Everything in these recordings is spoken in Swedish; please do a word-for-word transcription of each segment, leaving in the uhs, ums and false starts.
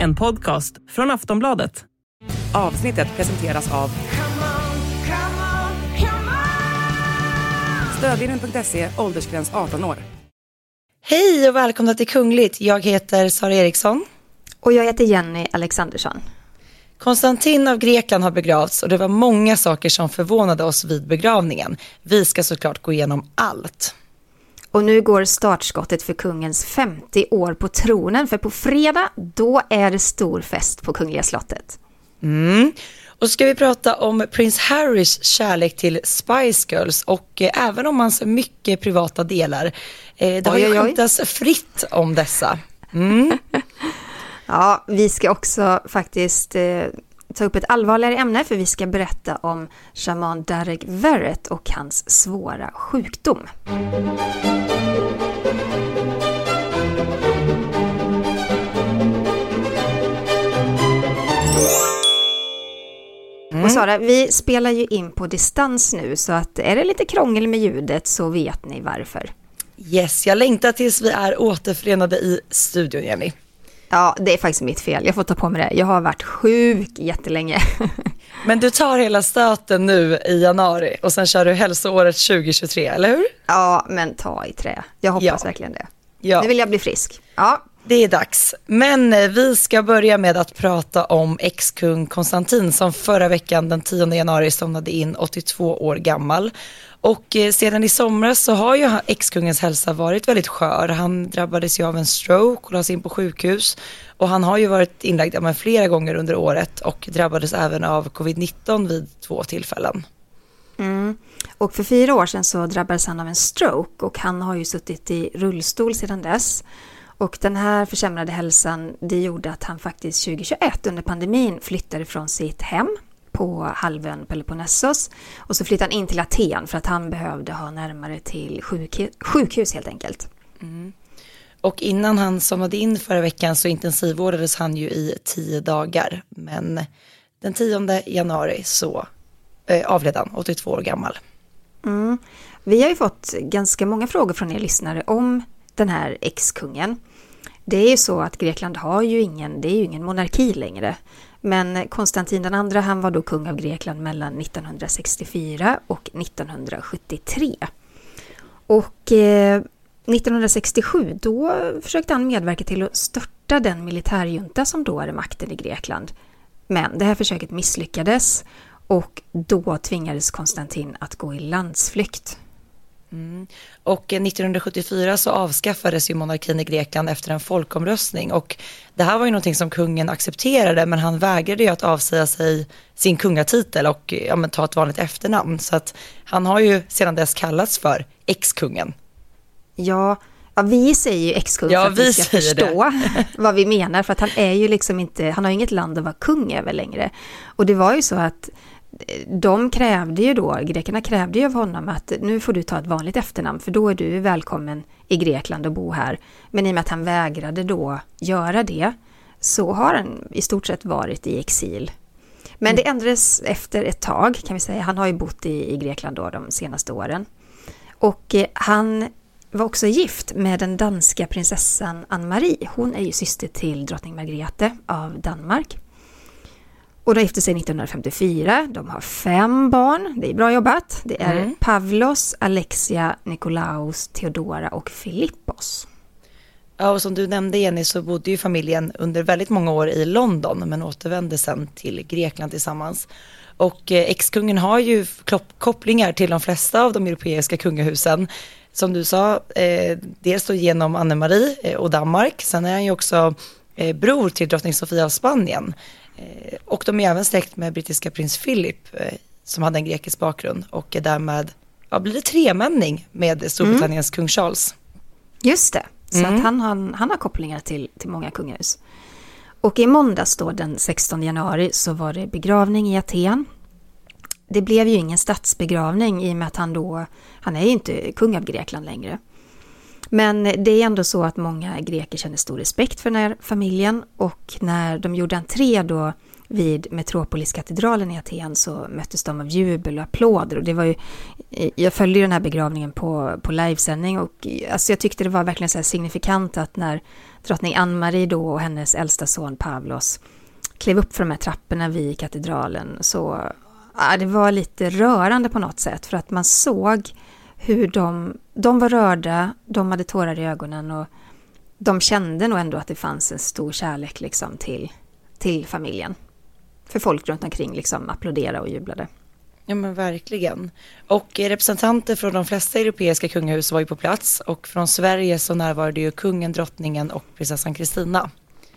En podcast från Aftonbladet. Avsnittet presenteras av Stödlinjen punkt se, åldersgräns arton år. Hej och välkomna till Kungligt. Jag heter Sara Eriksson. Och jag heter Jenny Alexandersson. Konstantin av Grekland har begravts och det var många saker som förvånade oss vid begravningen. Vi ska såklart gå igenom allt. Och nu går startskottet för kungens femtio år på tronen, för på fredag då är det stor fest på Kungliga slottet. Mm. Och så ska vi prata om prins Harrys kärlek till Spice Girls och eh, även om hans mycket privata delar. Eh, det har ju skämtats fritt om dessa. Mm. Ja, vi ska också faktiskt eh, ta upp ett allvarligare ämne, för vi ska berätta om shaman Derek Verrett och hans svåra sjukdom. Mm. Och Sara, vi spelar ju in på distans nu, så att är det lite krångel med ljudet så vet ni varför. Yes, jag längtar tills vi är återförenade i studion, Jenny. Ja, det är faktiskt mitt fel. Jag får ta på mig det. Jag har varit sjuk jättelänge. Men du tar hela stöten nu i januari och sen kör du hälsoåret tjugo tjugotre, eller hur? Ja, men ta i trä. Jag hoppas ja. verkligen det. Ja. Nu vill jag bli frisk. Ja. Det är dags. Men vi ska börja med att prata om ex-kung Konstantin som förra veckan den tionde januari somnade in, åttiotvå år gammal. Och sedan i somras så har ju ex-kungens hälsa varit väldigt skör. Han drabbades ju av en stroke och lades in på sjukhus. Och han har ju varit inlagd ja, flera gånger under året och drabbades även av covid nitton vid två tillfällen. Mm. Och för fyra år sedan så drabbades han av en stroke och han har ju suttit i rullstol sedan dess. Och den här försämrade hälsan, det gjorde att han faktiskt tjugo tjugoett under pandemin flyttade från sitt hem på halvön Peloponnesos. Och så flyttade han in till Aten för att han behövde ha närmare till sjukhus, sjukhus helt enkelt. Mm. Och innan han somnade in förra veckan så intensivvårdades han ju i tio dagar. Men den tionde januari så eh, avled han, åttiotvå år gammal. Mm. Vi har ju fått ganska många frågor från er lyssnare om den här ex-kungen. Det är ju så att Grekland har ju ingen, det är ju ingen monarki längre. Men Konstantin den andra, han var då kung av Grekland mellan nittonhundrasextiofyra och nittonhundrasjuttiotre. Och eh, nittonhundrasextiosju då försökte han medverka till att störta den militärjunta som då är makten i Grekland. Men det här försöket misslyckades och då tvingades Konstantin att gå i landsflykt. Mm. Och nittonhundrasjuttiofyra så avskaffades ju monarkin i Grekland efter en folkomröstning och det här var ju någonting som kungen accepterade, men han vägrade ju att avsäga sig sin kungatitel och ja, men, ta ett vanligt efternamn, så att han har ju sedan dess kallats för ex-kungen. Ja, ja vi säger ju ex-kung ja, för att vi ska förstå det. vad vi menar, för att han är ju liksom inte, han har ju inget land att vara kung över längre. Och det var ju så att de krävde ju då, grekerna krävde ju av honom att nu får du ta ett vanligt efternamn för då är du välkommen i Grekland och bo här. Men i och med att han vägrade då göra det så har han i stort sett varit i exil. Men det ändrades efter ett tag kan vi säga. Han har ju bott i, i Grekland då de senaste åren. Och eh, han var också gift med den danska prinsessan Anne-Marie. Hon är ju syster till drottning Margrethe av Danmark. Och de gifte sig nittonhundrafemtiofyra. De har fem barn. Det är bra jobbat. Det är mm. Pavlos, Alexia, Nikolaos, Theodora och Filippos. Ja, och som du nämnde Jenny så bodde ju familjen under väldigt många år i London men återvände sen till Grekland tillsammans. Och eh, ex-kungen har ju kopplingar till de flesta av de europeiska kungahusen. Som du sa, eh, dels då genom Anne-Marie eh, och Danmark. Sen är han ju också eh, bror till drottning Sofia av Spanien. Och de är även släkt med brittiska prins Philip som hade en grekisk bakgrund och är därmed ja, blir det tremänning med Storbritanniens mm. kung Charles. Just det, så mm. att han, han, han har kopplingar till, till många kungahus. Och i måndags då den sextonde januari så var det begravning i Aten. Det blev ju ingen statsbegravning i och med att han då, han är ju inte kung av Grekland längre. Men det är ändå så att många greker känner stor respekt för den här familjen, och när de gjorde entré då vid Metropoliskatedralen i Aten så möttes de av jubel och applåder, och det var ju, jag följde ju den här begravningen på, på livesändning, och alltså jag tyckte det var verkligen så här signifikant att när drottning Ann-Marie då och hennes äldsta son Pavlos klev upp för de här trapporna vid katedralen, så ja, det var lite rörande på något sätt, för att man såg hur de, de var rörda, de hade tårar i ögonen, och de kände nog ändå att det fanns en stor kärlek liksom till, till familjen. För folk runt omkring liksom applåderade och jublade. Ja men verkligen. Och representanter från de flesta europeiska kungahus var ju på plats, och från Sverige så närvarade ju kungen, drottningen och prinsessan Kristina.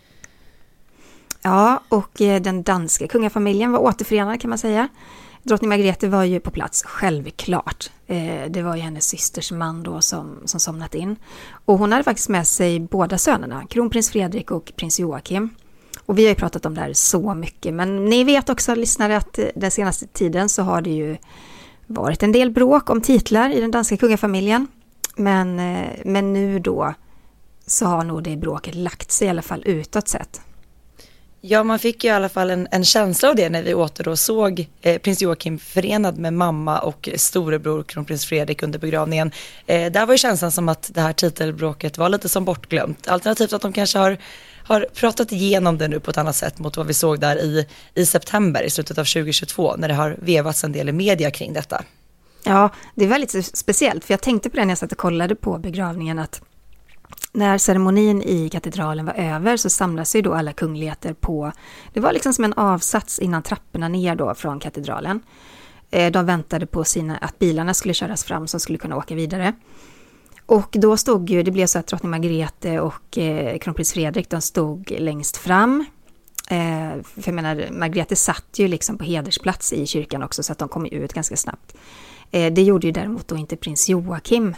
Ja, och den danska kungafamiljen var återförenad kan man säga. Drottning Margrethe var ju på plats, självklart. Det var ju hennes systers man då som, som somnat in. Och hon hade faktiskt med sig båda sönerna, kronprins Fredrik och prins Joakim. Och vi har ju pratat om det här så mycket, men ni vet också, lyssnare, att den senaste tiden så har det ju varit en del bråk om titlar i den danska kungafamiljen. Men, men nu då så har nog det bråket lagt sig i alla fall utåt sett. Ja, man fick ju i alla fall en, en känsla av det när vi åter då såg eh, prins Joakim förenad med mamma och storebror kronprins Fredrik under begravningen. Eh, där var ju känslan som att det här titelbråket var lite som bortglömt. Alternativt att de kanske har, har pratat igenom det nu på ett annat sätt mot vad vi såg där i, i september, i slutet av tjugohundratjugotvå, när det har vevats en del i media kring detta. Ja, det är väldigt speciellt, för jag tänkte på det när jag satt och kollade på begravningen, att när ceremonin i katedralen var över så samlades ju då alla kungligheter på, det var liksom som en avsats innan trapporna ner då från katedralen. De väntade på sina, att bilarna skulle köras fram som skulle kunna åka vidare. Och då stod ju, det blev så att drottning Margrethe och eh, kronprins Fredrik, de stod längst fram. Eh, för jag menar, Margrethe satt ju liksom på hedersplats i kyrkan också, så att de kom ut ganska snabbt. Eh, det gjorde ju däremot då inte prins Joakim.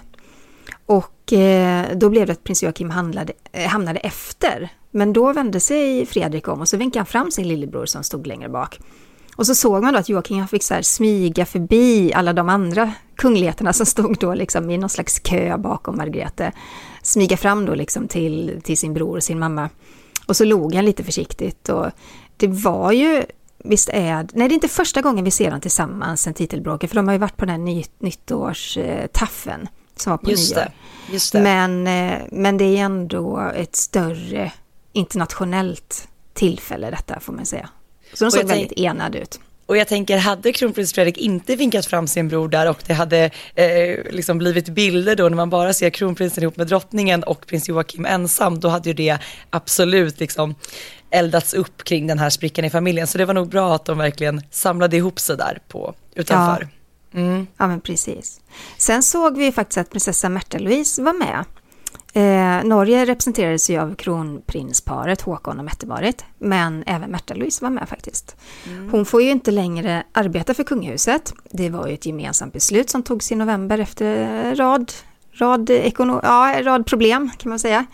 Och eh, då blev det att prins Joakim handlade, eh, hamnade efter. Men då vände sig Fredrik om och så vinkade han fram sin lillebror som stod längre bak. Och så såg man då att Joakim fick så här smyga förbi alla de andra kungligheterna som stod då liksom i någon slags kö bakom Margrethe. Smyga fram då liksom till, till sin bror och sin mamma. Och så låg han lite försiktigt. Och det var ju, visst är, nej det är inte första gången vi ser dem tillsammans sen titelbråket. För de har ju varit på den här ny, nyttårstaffen som var på just nyår. Det, just det. Men, men det är ändå ett större internationellt tillfälle detta, får man säga. Så de såg väldigt tänk- enad ut. Och jag tänker, hade kronprins Fredrik inte vinkat fram sin bror där och det hade eh, liksom blivit bilder då när man bara ser kronprinsen ihop med drottningen och prins Joakim ensam, då hade ju det absolut liksom eldats upp kring den här sprickan i familjen. Så det var nog bra att de verkligen samlade ihop sig där på, utanför. Ja, mm. ja men precis. Sen såg vi faktiskt att prinsessa Märta Louise var med. Eh, Norge representerades ju av kronprinsparet Håkon och Mette-Marit, men även Märta Louise var med faktiskt. Mm. Hon får ju inte längre arbeta för kungahuset. Det var ju ett gemensamt beslut som togs i november efter rad, rad, ekono- ja, rad problem kan man säga.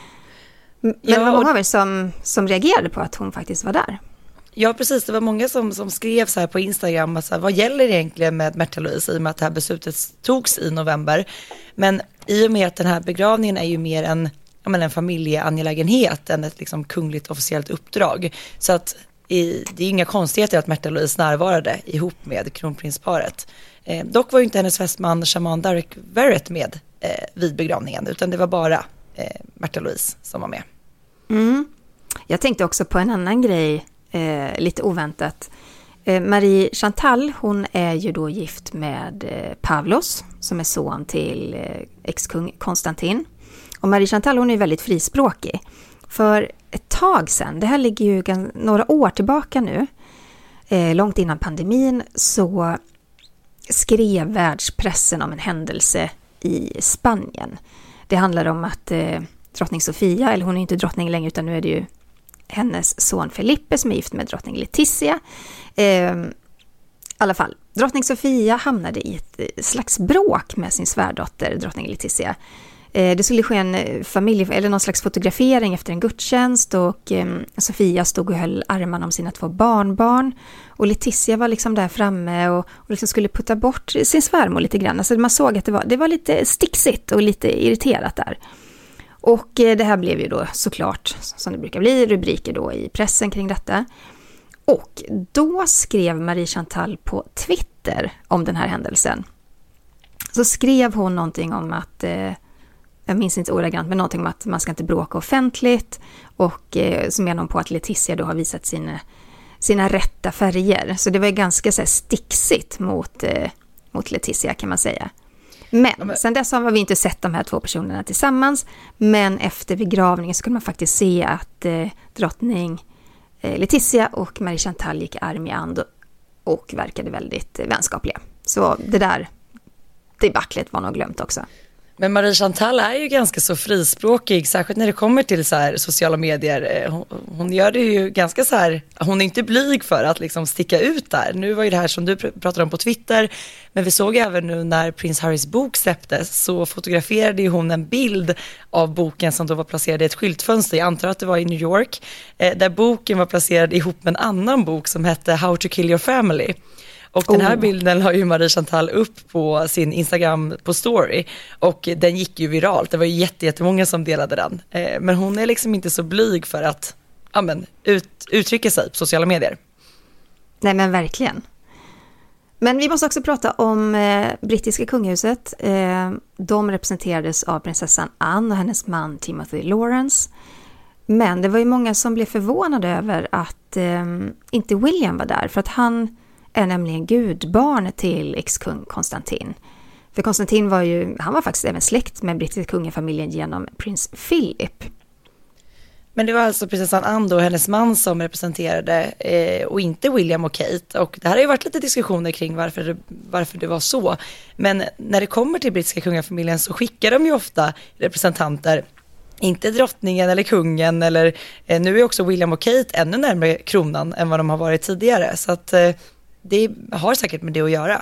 Men ja, det var många av er som, som reagerade på att hon faktiskt var där. Ja, precis. Det var många som, som skrev så här på Instagram, så här, vad gäller egentligen med Märta Louise i och med att det här beslutet togs i november. Men i och med att den här begravningen är ju mer en, jag menar, en familjeangelägenhet än ett liksom kungligt officiellt uppdrag. Så att i, det är inga konstigheter att Märta Louise närvarade ihop med kronprinsparet. Eh, dock var ju inte hennes fästman Shaman Derek Verrett med eh, vid begravningen, utan det var bara eh, Märta Louise som var med. Mm. Jag tänkte också på en annan grej. Eh, lite oväntat. Eh, Marie Chantal, hon är ju då gift med eh, Pavlos som är son till eh, ex-kung Konstantin. Och Marie Chantal, hon är väldigt frispråkig. För ett tag sedan, det här ligger ju gan- några år tillbaka nu, eh, långt innan pandemin, så skrev världspressen om en händelse i Spanien. Det handlar om att eh, drottning Sofia, eller hon är ju inte drottning längre utan nu är det ju hennes son Felipe som är gift med drottning Letizia. Eh, I alla fall, drottning Sofia hamnade i ett slags bråk med sin svärdotter, drottning Letizia. Det skulle ske en familj eller någon slags fotografering efter en gudstjänst och eh, Sofia stod och höll armarna om sina två barnbarn och Letizia var liksom där framme och, och liksom skulle putta bort sin svärmor lite grann. Alltså man såg att det var, det var lite sticksigt och lite irriterat där. Och eh, det här blev ju då såklart, som det brukar bli, rubriker då i pressen kring detta. Och då skrev Marie Chantal på Twitter om den här händelsen. Så skrev hon någonting om att... Eh, jag minns inte ordagrant, men någonting om att man ska inte bråka offentligt och eh, så menar hon på att Letizia då har visat sina, sina rätta färger. Så det var ganska så här sticksigt mot, eh, mot Letizia kan man säga. Men, ja, men sen dess har vi inte sett de här två personerna tillsammans, men efter begravningen så kunde man faktiskt se att eh, drottning eh, Letizia och Marie Chantal gick arm i arm och verkade väldigt eh, vänskapliga. Så det där debaclet var nog glömt också. Men Marie Chantal är ju ganska så frispråkig, särskilt när det kommer till så här sociala medier. Hon, hon gör det ju ganska så här, hon är inte blyg för att liksom sticka ut där. Nu var ju det här som du pratade om på Twitter, men vi såg även nu när Prins Harrys bok släpptes så fotograferade ju hon en bild av boken som då var placerad i ett skyltfönster. Jag antar att det var i New York, där boken var placerad ihop med en annan bok som hette How to kill your family. Och den här bilden har ju Marie Chantal upp på sin Instagram på story och den gick ju viralt. Det var ju jätte, jättemånga som delade den. Eh, men hon är liksom inte så blyg för att ja, men, ut, uttrycka sig på sociala medier. Nej men verkligen. Men vi måste också prata om eh, brittiska kungahuset. Eh, de representerades av prinsessan Anne och hennes man Timothy Lawrence. Men det var ju många som blev förvånade över att eh, inte William var där för att han är nämligen gudbarn till ex-kung Konstantin. För Konstantin var ju, han var faktiskt även släkt med brittiska kungafamiljen genom prins Philip. Men det var alltså prinsessan Anne och hennes man som representerade eh, och inte William och Kate. Och det här har ju varit lite diskussioner kring varför det, varför det var så. Men när det kommer till brittiska kungafamiljen så skickar de ju ofta representanter, inte drottningen eller kungen eller eh, nu är också William och Kate ännu närmare kronan än vad de har varit tidigare. Så att eh, det har säkert med det att göra.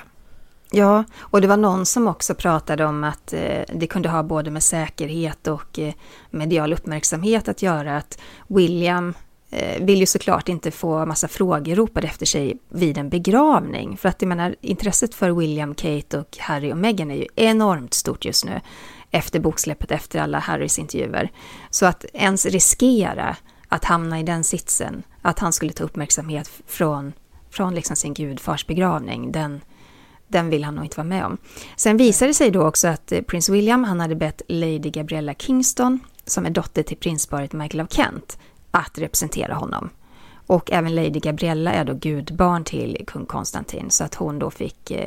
Ja, och det var någon som också pratade om att eh, det kunde ha både med säkerhet och eh, medial uppmärksamhet att göra. Att William eh, vill ju såklart inte få massa frågor ropade efter sig vid en begravning. För att jag menar, intresset för William, Kate och Harry och Meghan är ju enormt stort just nu. Efter boksläppet, efter alla Harrys intervjuer. Så att ens riskera att hamna i den sitsen, att han skulle ta uppmärksamhet från från liksom sin gudfars begravning, den, den vill han nog inte vara med om. Sen visade det sig då också att eh, prins William, han hade bett Lady Gabriella Kingston, som är dotter till prinsparet Michael av Kent, att representera honom. Och även Lady Gabriella är då gudbarn till kung Konstantin, så att hon då fick eh,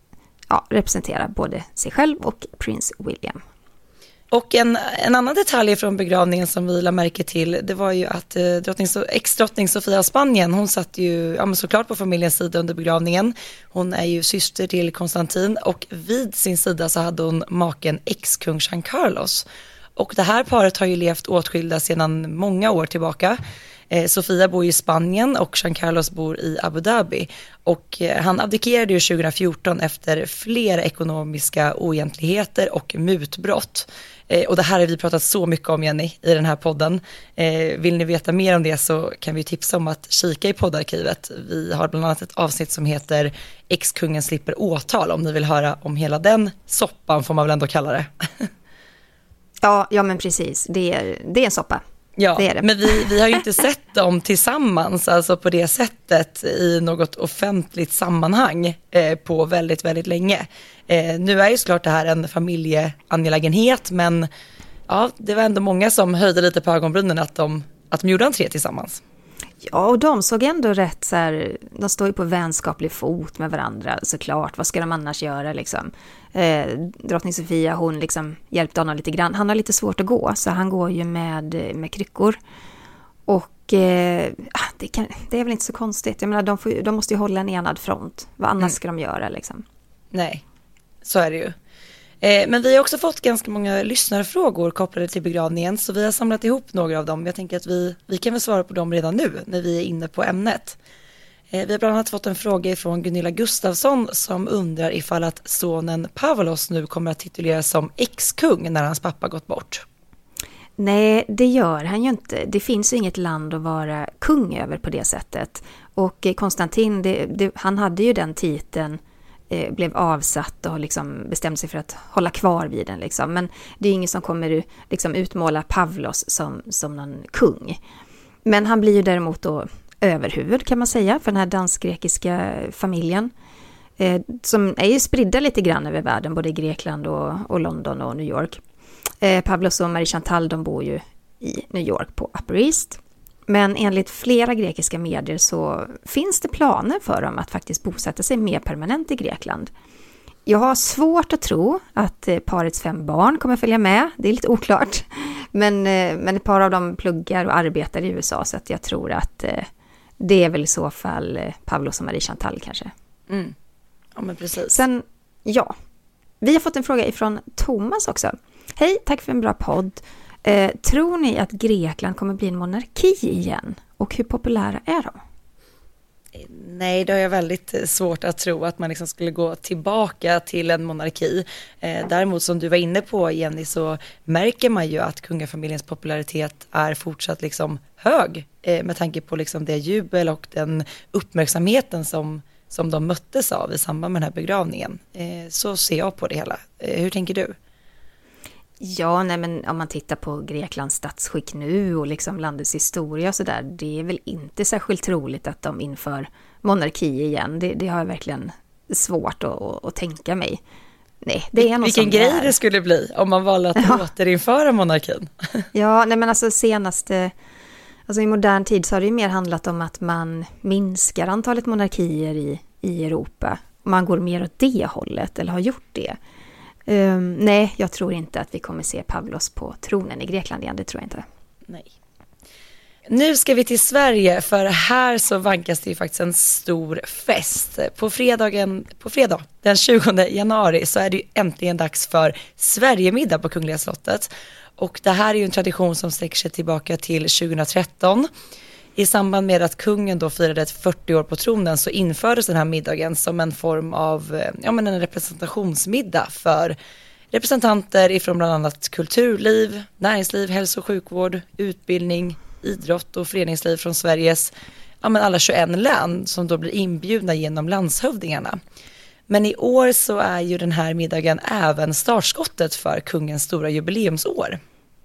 ja, representera både sig själv och prins William. Och en, en annan detalj från begravningen som vi la märke till, det var ju att eh, drottning, ex-drottning Sofia av Spanien, hon satt ju ja, men såklart på familjens sida under begravningen. Hon är ju syster till Konstantin och vid sin sida så hade hon maken ex-kung Jean Carlos. Och det här paret har ju levt åtskilda sedan många år tillbaka. Eh, Sofia bor i Spanien och Jean Carlos bor i Abu Dhabi. Och eh, han abdikerade ju tjugo fjorton efter flera ekonomiska oegentligheter och mutbrott. Eh, och det här har vi pratat så mycket om, Jenny, i den här podden. Eh, vill ni veta mer om det så kan vi tipsa om att kika i poddarkivet. Vi har bland annat ett avsnitt som heter Ex-kungen slipper åtal, om ni vill höra om hela den soppan, får man väl ändå kalla det. Ja, ja men precis. Det är, det är en soppa. Ja, det är det. Men vi, vi har ju inte sett dem tillsammans, alltså på det sättet i något offentligt sammanhang eh, på väldigt, väldigt länge. Eh, nu är ju såklart det här en familjeangelägenhet, men ja, det var ändå många som höjde lite på ögonbrynen att de, att de gjorde entré tillsammans. Ja, och de såg ändå rätt så här, de står ju på vänskaplig fot med varandra såklart. Vad ska de annars göra liksom? Eh, drottning Sofia, hon liksom hjälpte honom lite grann. Han har lite svårt att gå, så han går ju med, med kryckor. Och eh, det, kan, det är väl inte så konstigt. Jag menar, de, får, de måste ju hålla en enad front. Vad annars mm. ska de göra liksom? Nej, så är det ju. Men vi har också fått ganska många lyssnarfrågor kopplade till begravningen, så vi har samlat ihop några av dem. Jag tänker att vi, vi kan väl svara på dem redan nu när vi är inne på ämnet. Vi har bland annat fått en fråga från Gunilla Gustafsson som undrar ifall att sonen Pavlos nu kommer att tituleras som ex-kung när hans pappa gått bort. Nej, det gör han ju inte. Det finns ju inget land att vara kung över på det sättet. Och Konstantin, det, det, han hade ju den titeln, eh, blev avsatt och liksom bestämde sig för att hålla kvar vid den. Liksom. Men det är ingen som kommer liksom utmåla Pavlos som, som någon kung. Men han blir ju däremot då överhuvud kan man säga för den här dansk-grekiska familjen. Eh, som är ju spridda lite grann över världen, både i Grekland och, och London och New York. Eh, Pavlos och Marie Chantal, de bor ju i New York på Upper East. Men enligt flera grekiska medier så finns det planer för dem att faktiskt bosätta sig mer permanent i Grekland. Jag har svårt att tro att eh, parets fem barn kommer följa med. Det är lite oklart. Men, eh, men ett par av dem pluggar och arbetar i U S A så att jag tror att eh, det är väl i så fall eh, Pavlos och Marie Chantal kanske. Mm. Ja, men precis. Sen, ja. Vi har fått en fråga ifrån Thomas också. Hej, tack för en bra podd. Eh, tror ni att Grekland kommer bli en monarki igen? Och hur populära är de? Nej, det har jag väldigt svårt att tro att man liksom skulle gå tillbaka till en monarki. Eh, däremot som du var inne på, Jenny, så märker man ju att kungafamiljens popularitet är fortsatt liksom hög eh, med tanke på liksom det jubel och den uppmärksamheten som, som de möttes av i samband med den här begravningen. Eh, så ser jag på det hela. Eh, hur tänker du? Ja, nej, men om man tittar på Greklands statsskick nu och liksom landets historia och så där, det är väl inte särskilt troligt att de inför monarki igen. Det, det har jag verkligen svårt att, att, att tänka mig. Nej, det är något Vilken som grej är. Det skulle bli om man valde att ja. återinföra monarkin. Ja, nej men alltså senaste, alltså i modern tid så har det ju mer handlat om att man minskar antalet monarkier i, i Europa. Man går mer åt det hållet, eller har gjort det. Um, nej, jag tror inte att vi kommer se Pavlos på tronen i Grekland igen, det tror jag inte. Nej. Nu ska vi till Sverige, för här så vankas det ju faktiskt en stor fest. På fredagen, på fredag den tjugonde januari så är det ju äntligen dags för Sverigemiddag på Kungliga slottet. Och det här är ju en tradition som sträcker sig tillbaka till tjugohundratretton. I samband med att kungen då firade ett fyrtio år på tronen så infördes den här middagen som en form av ja, men en representationsmiddag för representanter ifrån bland annat kulturliv, näringsliv, hälso- och sjukvård, utbildning, idrott och föreningsliv från Sveriges ja, men alla tjugoett län som då blir inbjudna genom landshövdingarna. Men i år så är ju den här middagen även startskottet för kungens stora jubileumsår.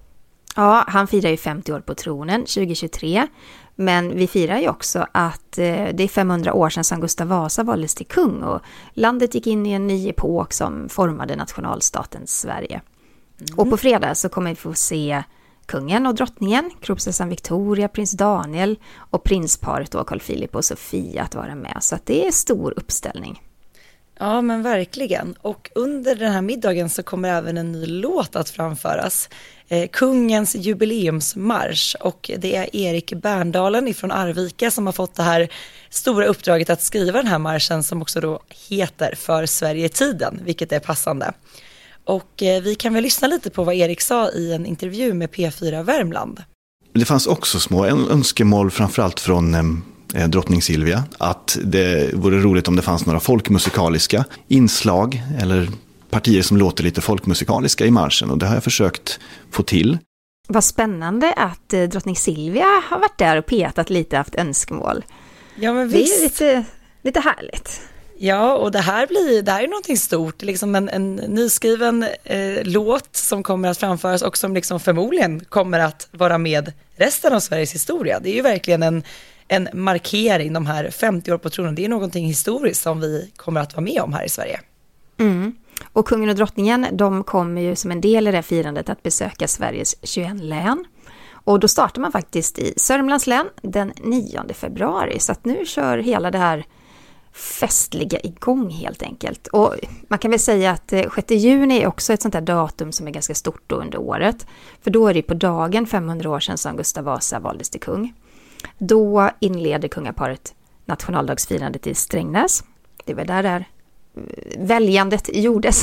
Ja, han firar ju femtio år på tronen tjugohundratjugotre. Men vi firar ju också att eh, det är femhundra år sedan som Gustav Vasa valdes till kung och landet gick in i en ny epok som formade nationalstaten Sverige. Mm. Och på fredag så kommer vi få se kungen och drottningen, kronprinsessan Victoria, prins Daniel och prinsparet då Carl Philip och Sofia att vara med. Så att det är stor uppställning. Ja, men verkligen. Och under den här middagen så kommer även en ny låt att framföras. Eh, kungens jubileumsmarsch. Och det är Erik Berndalen ifrån Arvika som har fått det här stora uppdraget att skriva den här marschen som också då heter För Sverige-tiden, vilket är passande. Och eh, vi kan väl lyssna lite på vad Erik sa i en intervju med P fyra Värmland. Det fanns också små önskemål framförallt från eh, drottning Silvia att det vore roligt om det fanns några folkmusikaliska inslag eller partier som låter lite folkmusikaliska i marschen, och det har jag försökt få till. Vad spännande att eh, drottning Silvia har varit där och petat lite, haft önskemål. Ja, men det är lite, lite härligt. Ja, och det här blir det här är någonting stort, liksom en, en nyskriven eh, låt som kommer att framföras och som liksom förmodligen kommer att vara med resten av Sveriges historia. Det är ju verkligen en, en markering, de här femtio år på tronen. Det är någonting historiskt som vi kommer att vara med om här i Sverige. Mm. Och kungen och drottningen, de kommer ju som en del i det här firandet att besöka Sveriges tjugoett län. Och då startar man faktiskt i Sörmlands län den nionde februari. Så att nu kör hela det här festliga igång helt enkelt. Och man kan väl säga att sjätte juni är också ett sånt här datum som är ganska stort då under året. För då är det på dagen femhundra år sedan som Gustav Vasa valdes till kung. Då inleder kungaparet nationaldagsfirandet i Strängnäs. Det var där där väljandet gjordes.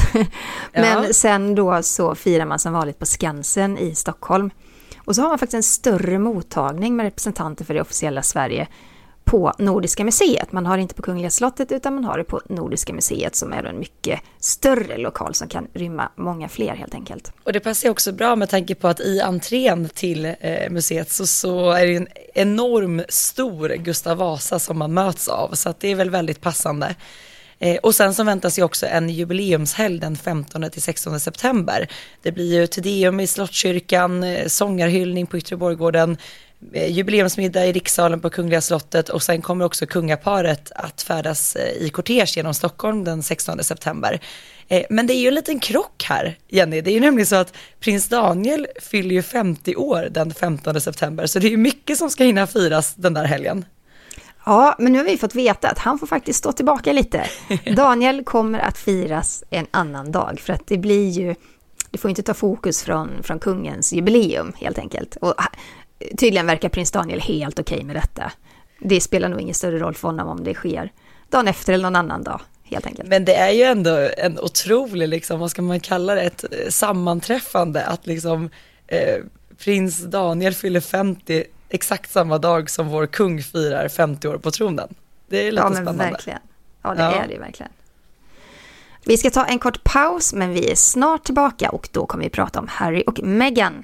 Men ja. Sen då så firar man som vanligt på Skansen i Stockholm. Och så har man faktiskt en större mottagning med representanter för det officiella Sverige på Nordiska museet. Man har det inte på Kungliga slottet utan man har det på Nordiska museet som är en mycket större lokal som kan rymma många fler helt enkelt. Och det passar också bra med tanke på att i entrén till eh, museet så, så är det en enorm stor Gustav Vasa som man möts av, så att det är väl väldigt passande. Eh, och sen så väntas ju också en jubileumshelg den femtonde till sextonde september. Det blir ju Tedeum i Slottskyrkan, eh, sångarhyllning på Yttre Borggården, jubileumsmiddag i Rikssalen på Kungliga slottet och sen kommer också kungaparet att färdas i kortege genom Stockholm den sextonde september. Men det är ju en liten krock här, Jenny. Det är ju nämligen så att prins Daniel fyller ju femtio år den femtonde september, så det är ju mycket som ska hinna firas den där helgen. Ja, men nu har vi fått veta att han får faktiskt stå tillbaka lite. Daniel kommer att firas en annan dag för att det blir ju, det får inte ta fokus från, från kungens jubileum helt enkelt. Och tydligen verkar prins Daniel helt okej med detta. Det spelar nog ingen större roll för honom om det sker dagen efter eller någon annan dag, helt enkelt. Men det är ju ändå en otrolig, liksom, vad ska man kalla det, ett sammanträffande att liksom eh, prins Daniel fyller femtio exakt samma dag som vår kung firar femtio år på tronen. Det är lite ja, men spännande. Verkligen. Ja, det ja. är det verkligen. Vi ska ta en kort paus, men vi är snart tillbaka och då kommer vi prata om Harry och Meghan.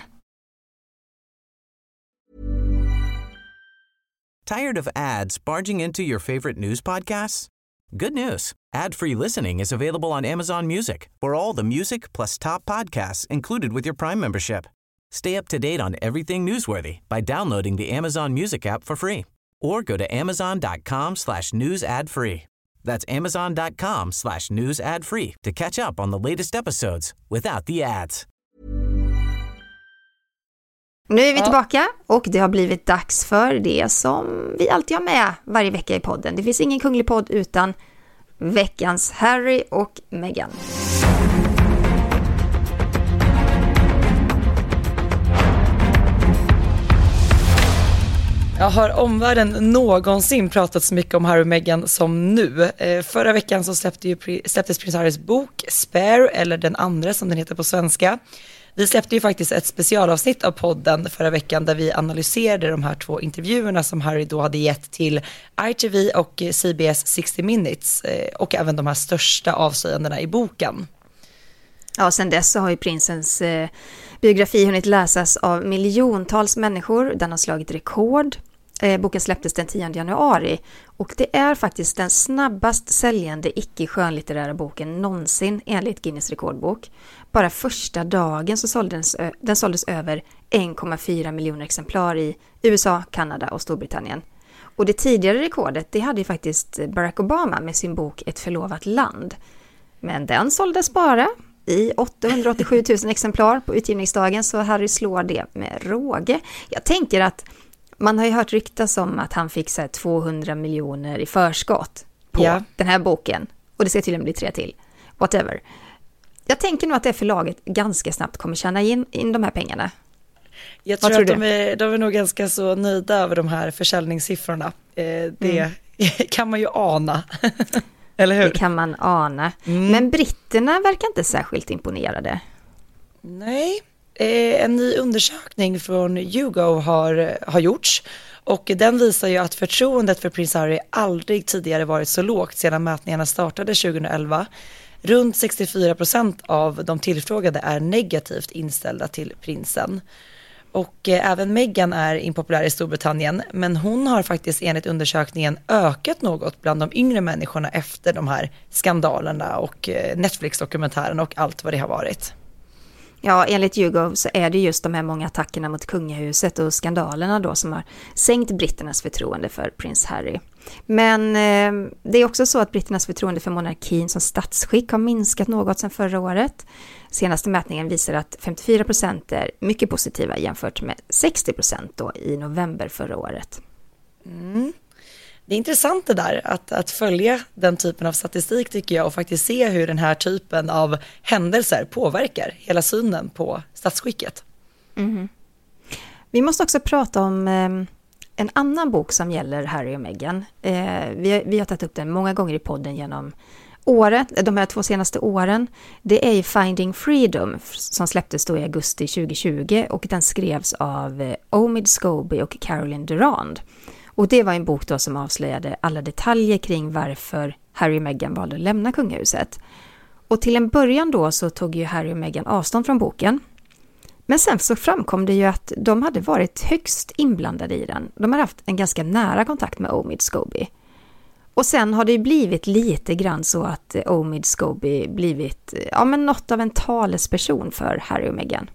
Tired of ads barging into your favorite news podcasts? Good news. Ad-free listening is available on Amazon Music for all the music plus top podcasts included with your Prime membership. Stay up to date on everything newsworthy by downloading the Amazon Music app for free or go to amazon.com slash news ad free. That's amazon.com slash news ad free to catch up on the latest episodes without the ads. Nu är vi tillbaka och det har blivit dags för det som vi alltid har med varje vecka i podden. Det finns ingen kunglig podd utan veckans Harry och Meghan. Jag har omvärlden någonsin pratat så mycket om Harry och Meghan som nu. Eh, förra veckan så släppte ju, släpptes prins Harrys bok Spare, eller Den andra som den heter på svenska. Vi släppte ju faktiskt ett specialavsnitt av podden förra veckan där vi analyserade de här två intervjuerna som Harry då hade gett till I T V och C B S sextio minutes eh, och även de här största avslöjandena i boken. Ja, sen dess så har ju prinsens eh, biografi hunnit läsas av miljontals människor. Den har slagit rekord. Eh, boken släpptes den tionde januari och det är faktiskt den snabbast säljande icke-skönlitterära boken någonsin enligt Guinness rekordbok. Bara första dagen så såldes den, den såldes över en komma fyra miljoner exemplar i U S A, Kanada och Storbritannien. Och det tidigare rekordet det hade ju faktiskt Barack Obama med sin bok Ett förlovat land. Men den såldes bara i åttahundraåttiosju tusen exemplar på utgivningsdagen, så Harry slår det med råge. Jag tänker att man har ju hört ryktas om att han fick så här tvåhundra miljoner i förskott på ja. den här boken. Och det ska tydligen bli tre till. Whatever. Jag tänker nog att det förlaget ganska snabbt kommer tjäna in, in de här pengarna. Jag tror, tror att de är, de är nog ganska så nöjda över de här försäljningssiffrorna. Eh, det mm. kan man ju ana. Eller hur? Det kan man ana. Mm. Men britterna verkar inte särskilt imponerade. Nej. Eh, en ny undersökning från YouGov har, har gjorts. Och den visar ju att förtroendet för prins Harry aldrig tidigare varit så lågt sedan mätningarna startade tjugoelva. Runt sextiofyra procent av de tillfrågade är negativt inställda till prinsen. Och eh, även Meghan är impopulär i Storbritannien, men hon har faktiskt enligt undersökningen ökat något bland de yngre människorna efter de här skandalerna och eh, Netflix-dokumentären och allt vad det har varit. Ja, enligt YouGov så är det just de här många attackerna mot kungahuset och skandalerna då som har sänkt britternas förtroende för prins Harry. Men eh, det är också så att britternas förtroende för monarkin som statsskick har minskat något sedan förra året. Senaste mätningen visar att femtiofyra procent är mycket positiva jämfört med sextio procent då i november förra året. Mm. Det är intressant det där att, att följa den typen av statistik tycker jag och faktiskt se hur den här typen av händelser påverkar hela synen på statsskicket. Mm. Vi måste också prata om eh, en annan bok som gäller Harry och Meghan. Eh, vi, vi har tagit upp den många gånger i podden genom året, de här två senaste åren. Det är ju Finding Freedom som släpptes då i augusti tjugohundratjugo och den skrevs av eh, Omid Scobie och Caroline Durand. Och det var en bok då som avslöjade alla detaljer kring varför Harry och Meghan valde att lämna kungahuset. Och till en början då så tog ju Harry och Meghan avstånd från boken. Men sen så framkom det ju att de hade varit högst inblandade i den. De har haft en ganska nära kontakt med Omid Scobie. Och sen har det ju blivit lite grann så att Omid Scobie blivit ja, men något av en talesperson för Harry och Meghan.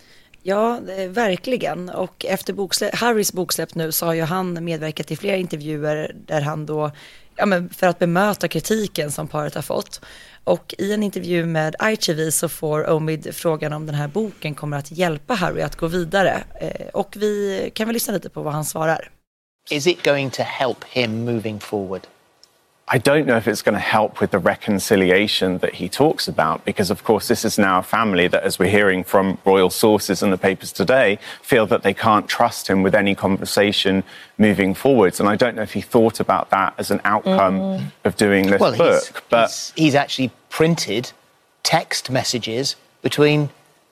Ja, verkligen. Och efter boksläpp, Harrys boksläpp nu så har ju han medverkat i flera intervjuer där han då, ja, men för att bemöta kritiken som paret har fått. Och i en intervju med I T V så får Omid frågan om den här boken kommer att hjälpa Harry att gå vidare. Och vi kan väl lyssna lite på vad han svarar. Is it going to help him moving forward? I don't know if it's going to help with the reconciliation that he talks about, because of course this is now a family that, as we're hearing from royal sources in the papers today, feel that they can't trust him with any conversation moving forwards. And I don't know if he thought about that as an outcome mm. of doing this well, book. He's, but he's, he's actually printed text messages between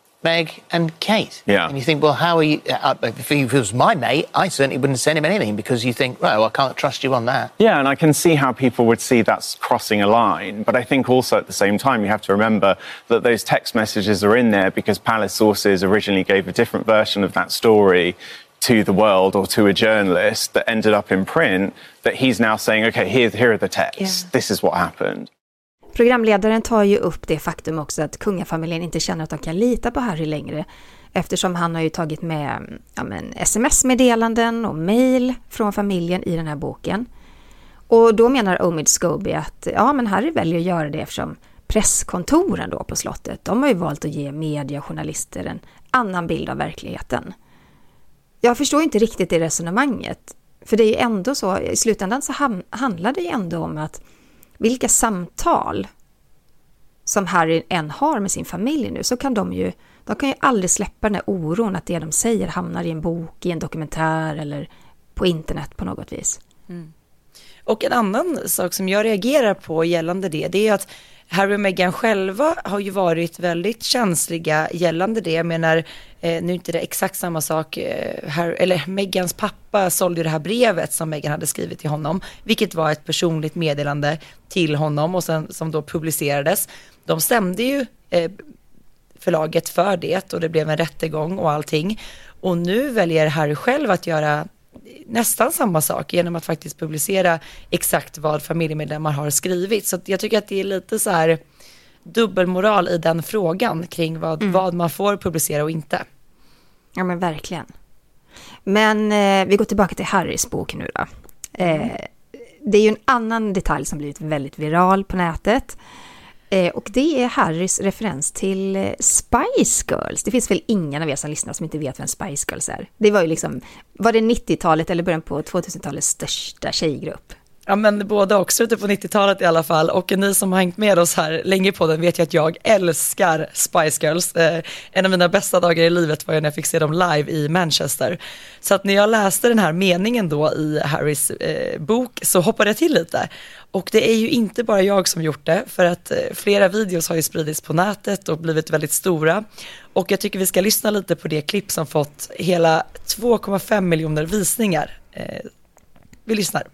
Meg and Kate. Yeah. And you think, well, how are you... Uh, if he was my mate, I certainly wouldn't send him anything because you think, well, I can't trust you on that. Yeah, and I can see how people would see that's crossing a line. But I think also at the same time, you have to remember that those text messages are in there because Palace sources originally gave a different version of that story to the world or to a journalist that ended up in print, that he's now saying, okay, here, here are the texts. Yeah. This is what happened. Programledaren tar ju upp det faktum också att kungafamiljen inte känner att de kan lita på Harry längre, eftersom han har ju tagit med ja, men, sms-meddelanden och mejl från familjen i den här boken. Och då menar Omid Scobie att ja, men Harry väljer att göra det eftersom presskontoren då på slottet, de har ju valt att ge media och journalister en annan bild av verkligheten. Jag förstår inte riktigt det resonemanget, för det är ju ändå så, i slutändan så ham- handlar det ju ändå om att vilka samtal som Harry än har med sin familj nu, så kan de ju, de kan ju aldrig släppa den här oron att det de säger hamnar i en bok, i en dokumentär eller på internet på något vis. Mm. Och en annan sak som jag reagerar på gällande det, det är att Harry och Meghan själva har ju varit väldigt känsliga gällande det. Jag menar, eh, nu är inte det exakt samma sak. Eh, Harry, eller Meghans pappa sålde ju det här brevet som Meghan hade skrivit till honom, vilket var ett personligt meddelande till honom och sen, som då publicerades. De stämde ju eh, förlaget för det och det blev en rättegång och allting. Och nu väljer Harry själv att göra nästan samma sak genom att faktiskt publicera exakt vad familjemedlemmar har skrivit. Så jag tycker att det är lite så här dubbelmoral i den frågan kring vad, mm. vad man får publicera och inte. Ja, men verkligen. Men eh, vi går tillbaka till Harrys bok nu då. Eh, det är ju en annan detalj som blivit väldigt viral på nätet. Eh, och det är Harrys referens till eh, Spice Girls. Det finns väl ingen av er som lyssnar som inte vet vem Spice Girls är. Det var ju liksom, var det nittiotalet eller början på tvåtusentalets största tjejgrupp? Ja, men båda också ute på nittiotalet i alla fall. Och ni som har hängt med oss här länge på den vet ju att jag älskar Spice Girls. Eh, en av mina bästa dagar i livet var när jag fick se dem live i Manchester. Så att när jag läste den här meningen då i Harrys eh, bok så hoppade jag till lite. Och det är ju inte bara jag som gjort det, för att eh, flera videos har ju spridits på nätet och blivit väldigt stora. Och jag tycker vi ska lyssna lite på det klipp som fått hela två komma fem miljoner visningar. Eh, vi lyssnar.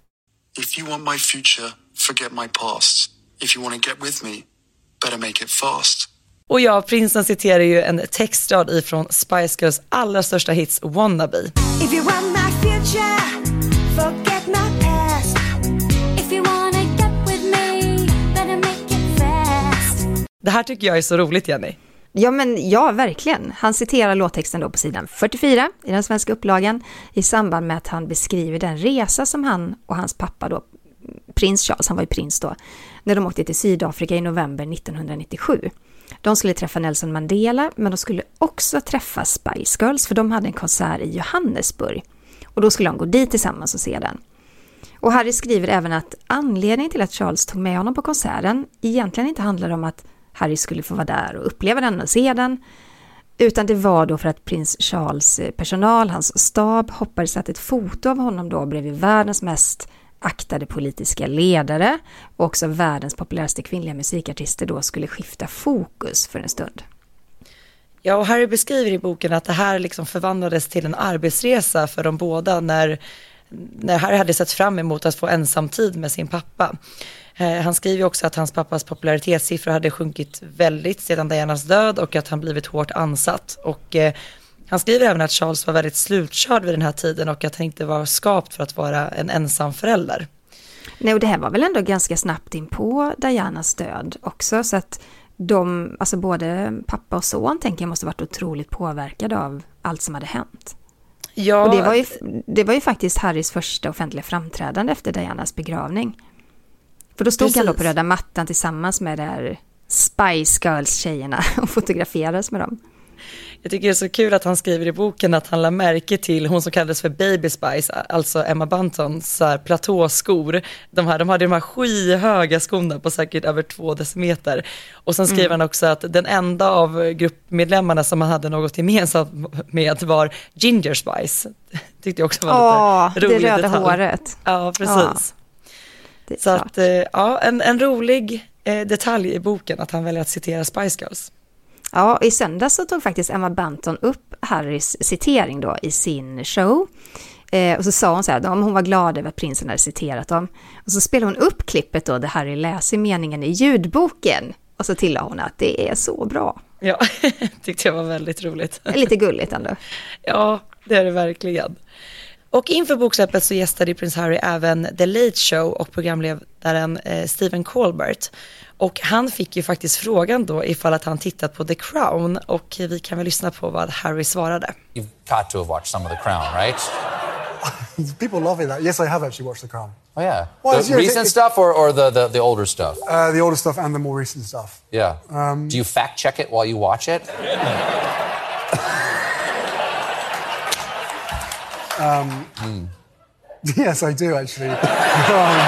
If you want my future, forget my past. If you want to get with me, better make it fast. Och ja, prinsen citerar ju en textrad ifrån Spice Girls allra största hits Wannabe. If you want my future, forget my past. If you wanna get with me, better make it fast. Det här tycker jag är så roligt, Jenny. Ja, men ja, verkligen. Han citerar låttexten då på sidan fyrtiofyra i den svenska upplagan i samband med att han beskriver den resa som han och hans pappa då, prins Charles, han var ju prins då, när de åkte till Sydafrika i november nittonhundranittiosju. De skulle träffa Nelson Mandela, men de skulle också träffa Spice Girls, för de hade en konsert i Johannesburg. Och då skulle de gå dit tillsammans och se den. Och Harry skriver även att anledningen till att Charles tog med honom på konserten egentligen inte handlar om att Harry skulle få vara där och uppleva den och se den, utan det var då för att prins Charles personal, hans stab, hoppades att ett foto av honom då bredvid världens mest aktade politiska ledare och också världens populäraste kvinnliga musikartister då skulle skifta fokus för en stund. Ja, och Harry beskriver i boken att det här liksom förvandlades till en arbetsresa för de båda när när Harry hade sett fram emot att få ensamtid med sin pappa. Han skriver också att hans pappas popularitetssiffror hade sjunkit väldigt sedan Dianas död och att han blivit hårt ansatt. Och eh, han skriver även att Charles var väldigt slutkörd vid den här tiden och att han inte var skapt för att vara en ensam förälder. Nej, och det här var väl ändå ganska snabbt in på Dianas död också, så att de, alltså både pappa och son tänker jag måste varit otroligt påverkade av allt som hade hänt. Ja, och det var ju, det var ju faktiskt Harrys första offentliga framträdande efter Dianas begravning. För då stod Precis. han då på röda mattan tillsammans med där Spice Girls-tjejerna och fotograferades med dem. Jag tycker det är så kul att han skriver i boken att han la märke till hon som kallades för Baby Spice, alltså Emma Buntons så här platåskor. De, här, de hade de här skyhöga skorna på säkert över två decimeter. Och sen skriver mm. han också att den enda av gruppmedlemmarna som han hade något gemensamt med var Ginger Spice. Tyckte jag också var Åh, lite rolig det röda detalj. håret. Ja, precis. Ja, så klart. att, ja, en, en rolig eh, detalj i boken att han väljer att citera Spice Girls. Ja, i söndag så tog faktiskt Emma Bunton upp Harrys citering då i sin show. Eh, och så sa hon så här, om hon var glad över att prinsen hade citerat dem. Och så spelade hon upp klippet då där Harry läser meningen i ljudboken. Och så tillade hon att det är så bra. Ja, tyckte jag var väldigt roligt. Lite gulligt ändå. Ja, det är det verkligen. Och inför boksläppet så gästade prins Harry även The Late Show och programledaren eh, Stephen Colbert. Och han fick ju faktiskt frågan då ifall att han tittat på The Crown, och vi kan väl lyssna på vad Harry svarade. You've got to have watched some of The Crown, right? People loving that. Yes, I have actually watched The Crown. Oh yeah. Well, the yeah, recent it, stuff or, or the, the, the older stuff? Uh, the older stuff and the more recent stuff. Yeah. Um, Do you fact check it while you watch it? um, mm. Yes, I do actually. um,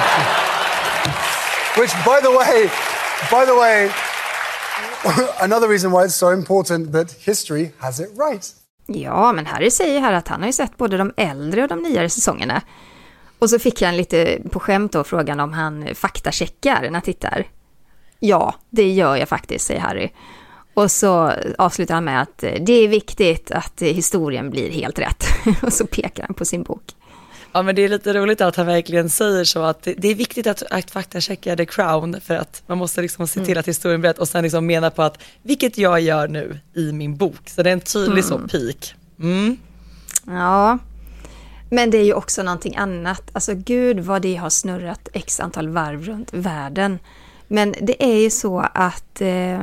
which, by the way, by the way, another reason why it's so important that history has it right. Ja, men Harry säger här att han har ju sett både de äldre och de nyare säsongerna. Och så fick han lite på skämt då frågan om han faktacheckar när han tittar. Ja, det gör jag faktiskt, säger Harry. Och så avslutar han med att det är viktigt att historien blir helt rätt. Och så pekar han på sin bok. Ja, men det är lite roligt att han verkligen säger så att det är viktigt att, att faktachecka The Crown, för att man måste liksom se till att historien blir rätt, och sen liksom mena på att vilket jag gör nu i min bok. Så det är en tydlig mm. så peak. Mm. Ja, men det är ju också någonting annat. Alltså gud vad det har snurrat x antal varv runt världen. Men det är ju så att eh,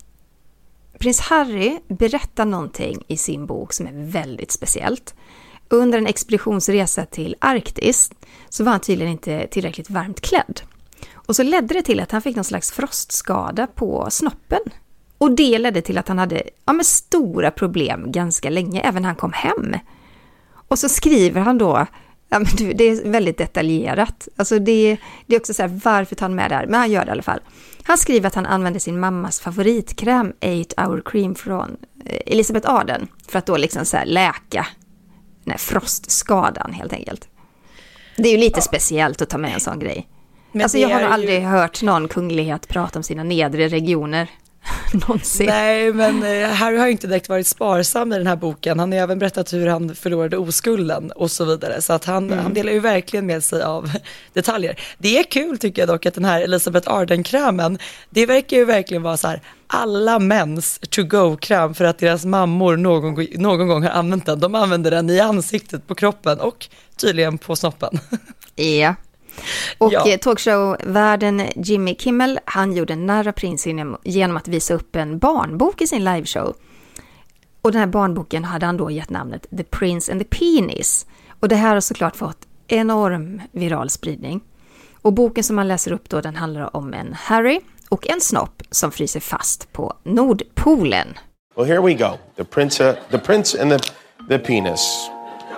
prins Harry berättar någonting i sin bok som är väldigt speciellt. Under en expeditionsresa till Arktis så var han tydligen inte tillräckligt varmt klädd. Och så ledde det till att han fick någon slags frostskada på snoppen. Och det ledde till att han hade ja, med stora problem ganska länge, även när han kom hem. Och så skriver han då, ja, men du, det är väldigt detaljerat. Alltså det, det är också så här, varför tar han med det här? Men han gör det i alla fall. Han skriver att han använde sin mammas favoritkräm eight hour cream från Elizabeth Arden för att då liksom så här läka den här frostskadan helt enkelt. Det är ju lite ja. speciellt att ta med en sån grej. Men alltså jag har ju aldrig hört någon kunglighet prata om sina nedre regioner någonsin. Nej, men Harry har ju inte direkt varit sparsam i den här boken. Han har även berättat hur han förlorade oskulden och så vidare. Så att han, mm. han delar ju verkligen med sig av detaljer. Det är kul tycker jag dock att den här Elizabeth Arden-krämen, det verkar ju verkligen vara så här alla mäns to-go-kräm för att deras mammor någon, någon gång har använt den. De använder den i ansiktet, på kroppen och tydligen på snoppen. Ja. Och ja. talkshow-värden Jimmy Kimmel, han gjorde narr av prinsen genom att visa upp en barnbok i sin liveshow. Och den här barnboken hade han då gett namnet The Prince and the Penis. Och det här har såklart fått enorm viral spridning. Och boken som man läser upp då, den handlar om en Harry och en snopp som fryser fast på Nordpolen. Well, here we go. The prince, uh, the prince and the, the penis.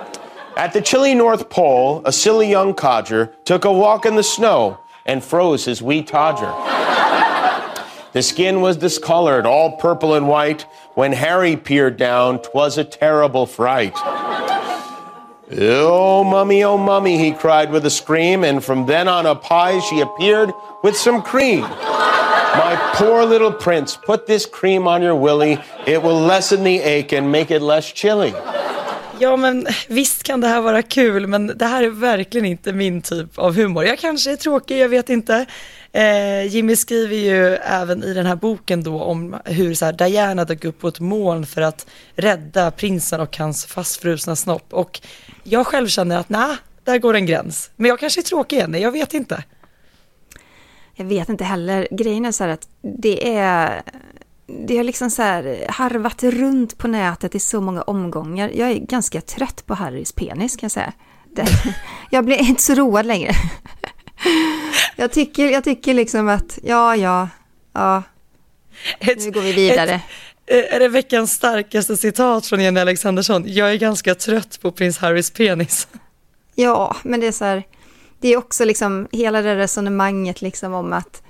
At the chilly North Pole, a silly young codger took a walk in the snow and froze his wee todger. The skin was discolored, all purple and white. When Harry peered down, 'twas a terrible fright. Oh, mummy, oh, mummy, he cried with a scream, and from then on up high she appeared with some cream. My poor little prince, put this cream on your willy. It will lessen the ache and make it less chilly. Ja, men visst kan det här vara kul, men det här är verkligen inte min typ av humor. Jag kanske är tråkig, jag vet inte. Eh, Jimmy skriver ju även i den här boken då om hur så här, Diana dök upp på ett moln för att rädda prinsen och hans fastfrusna snopp. Och jag själv känner att nej, där går en gräns. Men jag kanske är tråkig igen, jag vet inte. Jag vet inte heller. Grejen är så här att det är... Det har liksom så här harvat runt på nätet i så många omgångar. Jag är ganska trött på Harrys penis, kan jag säga. Det, jag blir inte så road längre. Jag tycker, jag tycker liksom att, ja, ja, ja. Nu går vi vidare. Ett, är det veckans starkaste citat från Jenny Alexandersson? Jag är ganska trött på prins Harrys penis. Ja, men det är så här, det är också liksom hela det resonemanget liksom om att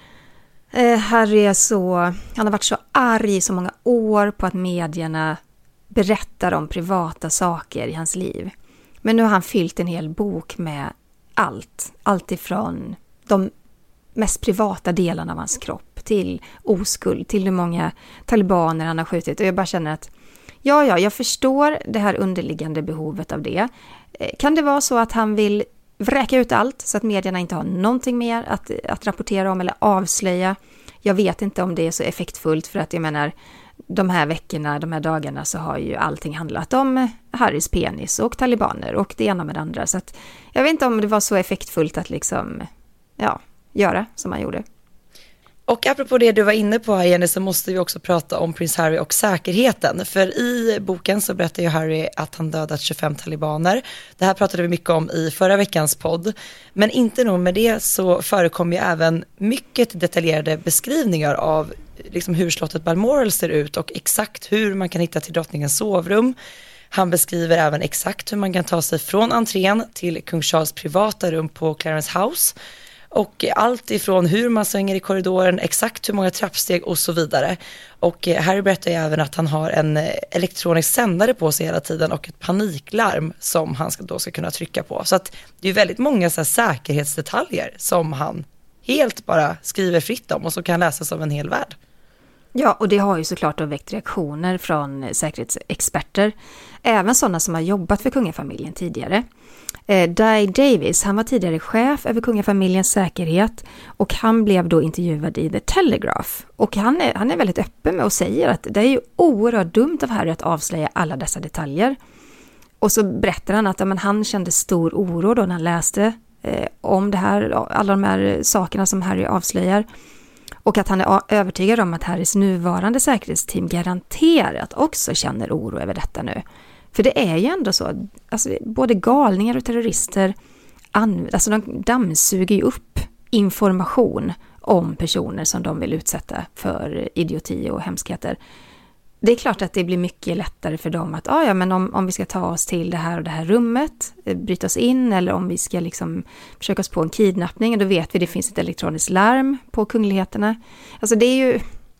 Harry är så, han har varit så arg i så många år på att medierna berättar om privata saker i hans liv. Men nu har han fyllt en hel bok med allt. Allt ifrån de mest privata delarna av hans kropp till oskuld, till hur många talibaner han har skjutit. Och jag bara känner att ja, ja, jag förstår det här underliggande behovet av det. Kan det vara så att han vill vräka ut allt så att medierna inte har någonting mer att, att rapportera om eller avslöja? Jag vet inte om det är så effektfullt, för att jag menar, de här veckorna, de här dagarna så har ju allting handlat om Harrys penis och talibaner och det ena med det andra. Så att jag vet inte om det var så effektfullt att liksom, ja, göra som han gjorde. Och apropå det du var inne på här, Jenny, så måste vi också prata om prins Harry och säkerheten. För i boken så berättar ju Harry att han dödat tjugofem talibaner. Det här pratade vi mycket om i förra veckans podd. Men inte nog med det, så förekommer ju även mycket detaljerade beskrivningar av liksom hur slottet Balmoral ser ut och exakt hur man kan hitta till drottningens sovrum. Han beskriver även exakt hur man kan ta sig från entrén till kung Charles privata rum på Clarence House. Och allt ifrån hur man svänger i korridoren, exakt hur många trappsteg och så vidare. Och Harry berättar ju även att han har en elektronisk sändare på sig hela tiden och ett paniklarm som han ska, då ska kunna trycka på. Så att det är väldigt många så här säkerhetsdetaljer som han helt bara skriver fritt om och som kan läsas av en hel värld. Ja, och det har ju såklart väckt reaktioner från säkerhetsexperter. Även sådana som har jobbat för kungafamiljen tidigare. Eh, Di Davis, han var tidigare chef över kungafamiljens säkerhet och han blev då intervjuad i The Telegraph. Och han är, han är väldigt öppen med och säger att det är ju oerhört dumt av Harry att avslöja alla dessa detaljer. Och så berättar han att ja, men han kände stor oro då när han läste eh, om det här, alla de här sakerna som Harry avslöjar. Och att han är övertygad om att Harrys nuvarande säkerhetsteam garanterat också känner oro över detta nu. För det är ju ändå så, alltså, både galningar och terrorister alltså de dammsuger ju upp information om personer som de vill utsätta för idioti och hemskheter. Det är klart att det blir mycket lättare för dem att ah, ja, men om, om vi ska ta oss till det här och det här rummet, bryta oss in, eller om vi ska liksom försöka oss på en kidnappning, då vet vi att det finns ett elektroniskt larm på kungligheterna. Alltså det är ju...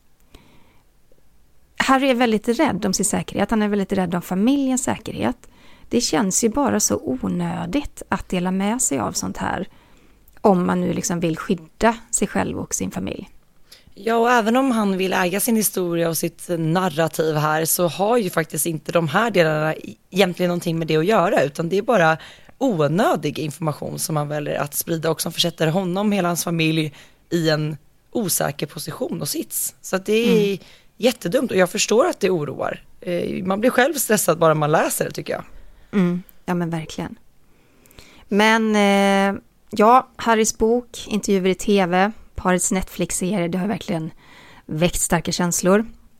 Harry är väldigt rädd om sin säkerhet, han är väldigt rädd om familjens säkerhet. Det känns ju bara så onödigt att dela med sig av sånt här om man nu liksom vill skydda sig själv och sin familj. Ja, och även om han vill äga sin historia och sitt narrativ här, så har ju faktiskt inte de här delarna egentligen någonting med det att göra, utan det är bara onödig information som han väljer att sprida och som försätter honom, hela hans familj, i en osäker position och sits. Så att det är mm. jättedumt, och jag förstår att det oroar. Man blir själv stressad bara man läser det, tycker jag. Mm. Ja, men verkligen. Men eh, ja, Harrys bok, intervjuer i tv, parets Netflix-serie, det har verkligen väckt starka känslor.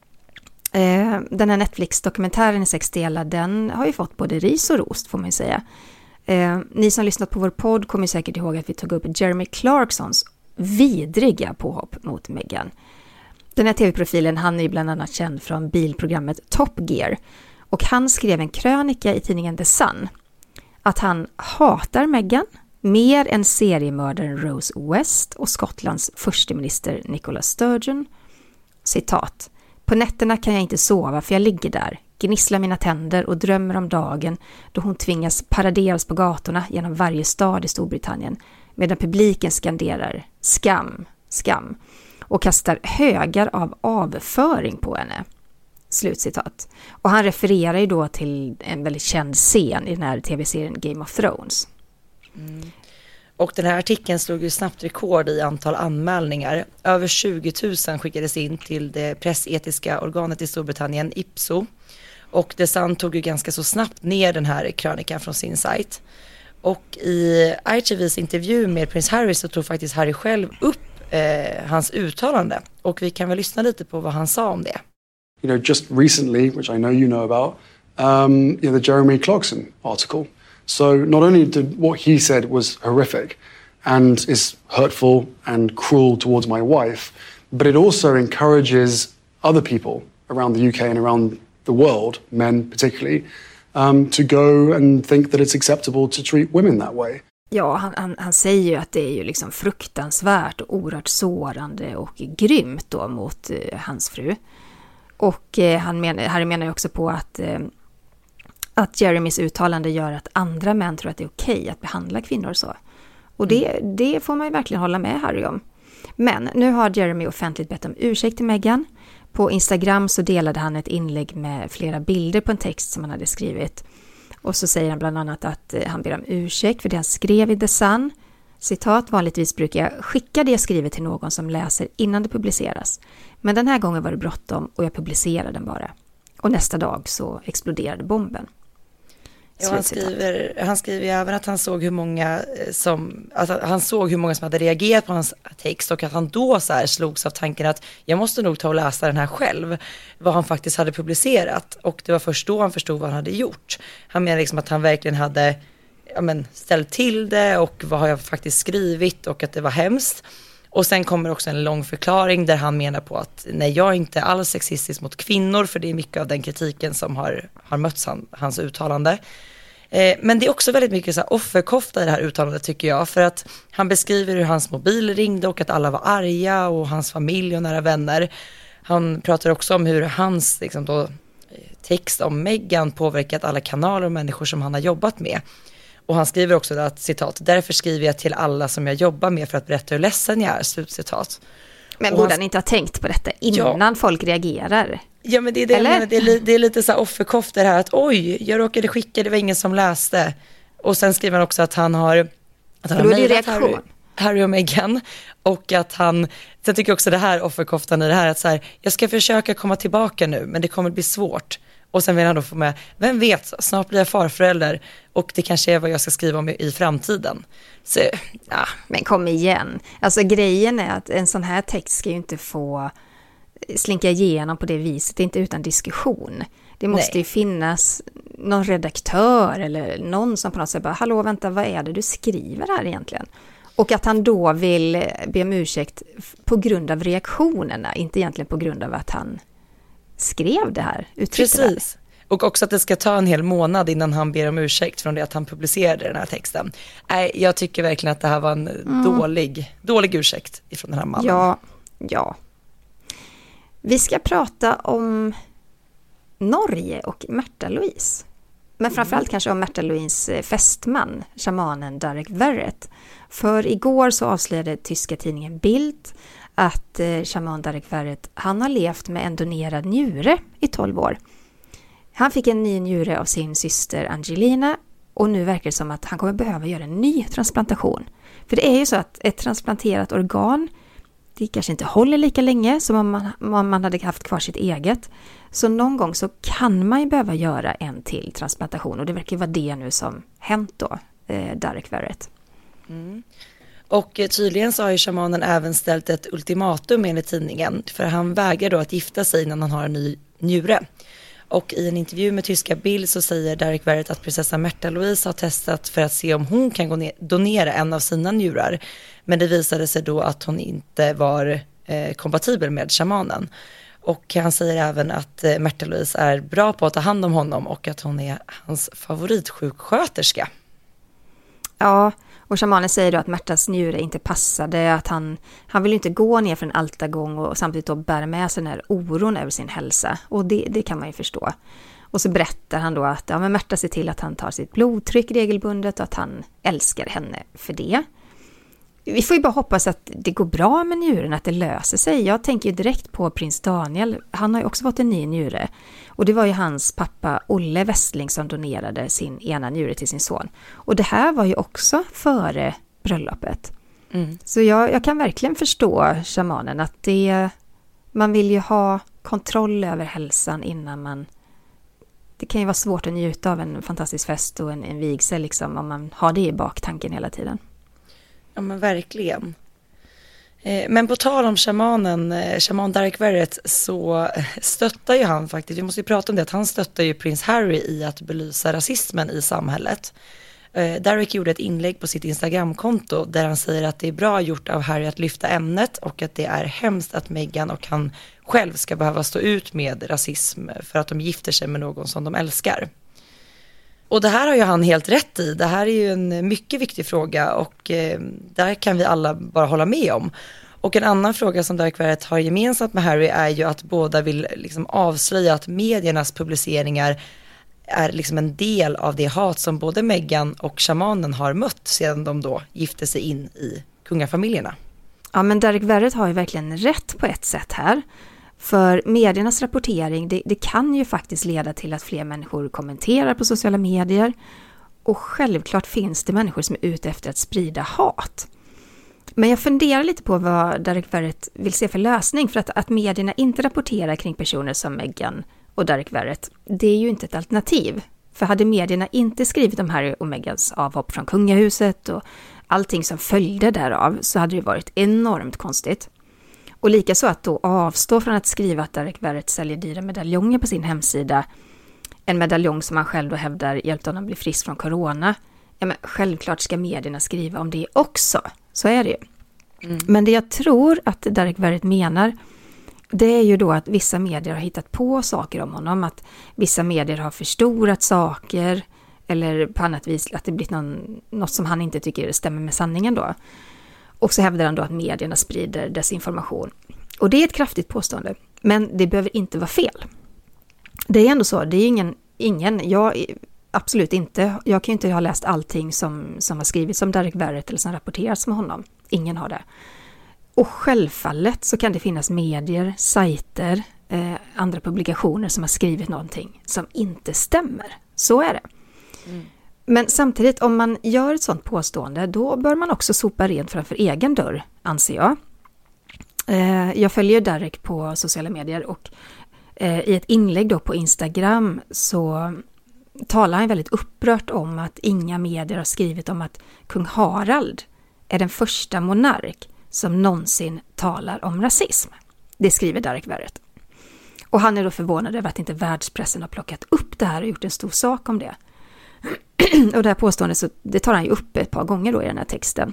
Eh, den här Netflix-dokumentären i sex delar, den har ju fått både ris och ros, får man ju säga. Eh, ni som lyssnat på vår podd kommer säkert ihåg att vi tog upp Jeremy Clarksons vidriga påhopp mot Meghan. Den här tv-profilen, han är ju bland annat känd från bilprogrammet Top Gear. Och han skrev en krönika i tidningen The Sun att han hatar Meghan mer än seriemördaren Rose West och Skottlands försteminister Nicola Sturgeon. Citat: på nätterna kan jag inte sova för jag ligger där, gnisslar mina tänder och drömmer om dagen då hon tvingas paraderas på gatorna genom varje stad i Storbritannien medan publiken skanderar skam, skam och kastar högar av avföring på henne. Slutcitat. Och han refererar ju då till en väldigt känd scen i den här tv-serien Game of Thrones. Mm. Och den här artikeln slog ju snabbt rekord i antal anmälningar. Över tjugo tusen skickades in till det pressetiska organet i Storbritannien, I P S O. Och The Sun tog ju ganska så snabbt ner den här krönikan från sin sajt. Och i I T V:s intervju med prins Harry så tog faktiskt Harry själv upp eh, hans uttalande. Och vi kan väl lyssna lite på vad han sa om det. You know, just recently, which I know you know about, um, you know, the Jeremy Clarkson article. So not only did what he said was horrific and is hurtful and cruel towards my wife, but it also encourages other people around the U K and around the world, men particularly, um, to go and think that it's acceptable to treat women that way. Ja, han, han, han säger ju att det är ju liksom fruktansvärt och oerhört sårande och grymt då mot eh, hans fru. Och eh, han menar, Harry menar ju också på att, eh, att Jeremys uttalande gör att andra män tror att det är okej att behandla kvinnor så. Och det, det får man ju verkligen hålla med Harry om. Men nu har Jeremy offentligt bett om ursäkt till Meghan. På Instagram så delade han ett inlägg med flera bilder på en text som han hade skrivit. Och så säger han bland annat att eh, han ber om ursäkt för det han skrev i The Sun. Citat, vanligtvis brukar jag skicka det jag skriver till någon som läser innan det publiceras. Men den här gången var det bråttom och jag publicerade den bara. Och nästa dag så exploderade bomben. Ja, han skriver, han skriver ju även att han såg hur många som, alltså han såg hur många som hade reagerat på hans text och att han då så här slogs av tanken att jag måste nog ta och läsa den här själv, vad han faktiskt hade publicerat. Och det var först då han förstod vad han hade gjort. Han menar liksom att han verkligen hade ja, men, ställt till det och vad har jag faktiskt skrivit och att det var hemskt. Och sen kommer också en lång förklaring där han menar på att nej, jag är inte alls sexistisk mot kvinnor, för det är mycket av den kritiken som har, har mötts han, hans uttalande. Eh, men det är också väldigt mycket så här offerkofta i det här uttalandet tycker jag, för att han beskriver hur hans mobil ringde och att alla var arga och hans familj och nära vänner. Han pratar också om hur hans liksom då, text om Meghan påverkat alla kanaler och människor som han har jobbat med. Och han skriver också att, citat, därför skriver jag till alla som jag jobbar med för att berätta hur ledsen jag är, slutcitat. Men och borde han han inte ha tänkt på detta innan ja. folk reagerar? Ja, men det är det, Eller? jag menar, det, är li, det är lite så här offerkofter här, att oj, jag råkade skicka, det var ingen som läste. Och sen skriver han också att han har, att han då har är det mejlat reaktion. Harry, Harry och Meghan. Och att han, sen tycker jag också det här offerkoftan i det här, att så här, jag ska försöka komma tillbaka nu, men det kommer bli svårt. Och sen vill han då få med, vem vet, snart blir jag farförälder och det kanske är vad jag ska skriva om i, i framtiden. Så, ja. Men kom igen. Alltså grejen är att en sån här text ska ju inte få slinka igenom på det viset, det är inte utan diskussion. Det måste Nej. ju finnas någon redaktör eller någon som på något sätt bara, hallå vänta, vad är det du skriver här egentligen? Och att han då vill be om ursäkt på grund av reaktionerna, inte egentligen på grund av att han skrev det här. Precis. Det. Och också att det ska ta en hel månad innan han ber om ursäkt från det att han publicerade den här texten. Nej, jag tycker verkligen att det här var en mm. dålig, dålig ursäkt ifrån den här mannen. Ja, ja. Vi ska prata om Norge och Märta Louise. Men framförallt mm. kanske om Märta Louise fästman, shamanen Derek Verrett. För igår så avslöjade tyska tidningen Bild att eh, shaman Derek Verrett, han har levt med en donerad njure i tolv år. Han fick en ny njure av sin syster Angelina och nu verkar det som att han kommer behöva göra en ny transplantation. För det är ju så att ett transplanterat organ, det kanske inte håller lika länge som om man, om man hade haft kvar sitt eget. Så någon gång så kan man ju behöva göra en till transplantation och det verkar vara det nu som hänt då, eh, Derek Verrett. Mm. Och tydligen så har ju shamanen även ställt ett ultimatum enligt tidningen, för han vägrar då att gifta sig innan han har en ny njure. Och i en intervju med tyska Bild så säger Derek Verrett att prinsessa Märta Louise har testat för att se om hon kan gå ner, donera en av sina njurar. Men det visade sig då att hon inte var eh, kompatibel med shamanen. Och han säger även att eh, Märta Louise är bra på att ta hand om honom och att hon är hans favoritsjuksköterska. Ja, och shamanen säger då att Märtas njure inte passade, att han, han vill inte gå ner för en altargång och samtidigt då bära med sig den här oron över sin hälsa. Och det, det kan man ju förstå. Och så berättar han då att ja, men Märta ser till att han tar sitt blodtryck regelbundet och att han älskar henne för det. vi får ju bara hoppas att det går bra med njuren, att det löser sig. Jag tänker ju direkt på prins Daniel. Han har ju också fått en ny njure. Och det var ju hans pappa Olle Westling som donerade sin ena njure till sin son. Och det här var ju också före bröllopet. Mm. Så jag, jag kan verkligen förstå shamanen att det, man vill ju ha kontroll över hälsan innan man... Det kan ju vara svårt att njuta av en fantastisk fest och en, en vigsel liksom, om man har det i baktanken hela tiden. Ja men verkligen. Eh, men på tal om shamanen, eh, shaman Derek Verrett, så stöttar ju han faktiskt, vi måste ju prata om det, att han stöttar ju prins Harry i att belysa rasismen i samhället. Eh, Derek gjorde ett inlägg på sitt Instagramkonto där han säger att det är bra gjort av Harry att lyfta ämnet och att det är hemskt att Meghan och han själv ska behöva stå ut med rasism för att de gifter sig med någon som de älskar. Och det här har ju han helt rätt i. Det här är ju en mycket viktig fråga och eh, där kan vi alla bara hålla med om. Och en annan fråga som Derek Verrett har gemensamt med Harry är ju att båda vill liksom avslöja att mediernas publiceringar är liksom en del av det hat som både Meghan och shamanen har mött sedan de då gifte sig in i kungafamiljerna. Ja, men Derek Verrett har ju verkligen rätt på ett sätt här. För mediernas rapportering, det, det kan ju faktiskt leda till att fler människor kommenterar på sociala medier. Och självklart finns det människor som är ute efter att sprida hat. Men jag funderar lite på vad Derek Verrett vill se för lösning. För att, att medierna inte rapporterar kring personer som Meghan och Derek Verrett, det är ju inte ett alternativ. För hade medierna inte skrivit om Harry och Meghans avhopp från kungahuset och allting som följde därav, så hade det varit enormt konstigt. Och likaså att då avstå från att skriva att Derek Verrett säljer dyra medaljonger på sin hemsida. En medaljong som han själv då hävdar hjälpte honom bli frisk från corona. Ja, men självklart ska medierna skriva om det också. Så är det ju. Mm. Men det jag tror att Derek Verrett menar, det är ju då att vissa medier har hittat på saker om honom. Att vissa medier har förstorat saker. Eller på annat vis att det blivit någon, något som han inte tycker stämmer med sanningen då. Och så hävdar han då att medierna sprider desinformation. Och det är ett kraftigt påstående. Men det behöver inte vara fel. Det är ändå så. Det är ingen, ingen jag absolut inte. Jag kan ju inte ha läst allting som, som har skrivits om Derek Verrett eller som rapporteras med honom. Ingen har det. Och självfallet så kan det finnas medier, sajter, eh, andra publikationer som har skrivit någonting som inte stämmer. Så är det. Mm. Men samtidigt, om man gör ett sådant påstående, då bör man också sopa rent framför egen dörr, anser jag. Eh, jag följer Derek på sociala medier och eh, i ett inlägg då på Instagram så talar han väldigt upprört om att inga medier har skrivit om att kung Harald är den första monark som någonsin talar om rasism. Det skriver Derek Verrett. Och han är då förvånad över att inte världspressen har plockat upp det här och gjort en stor sak om det. Och det här påståendet, så det tar han ju upp ett par gånger då i den här texten.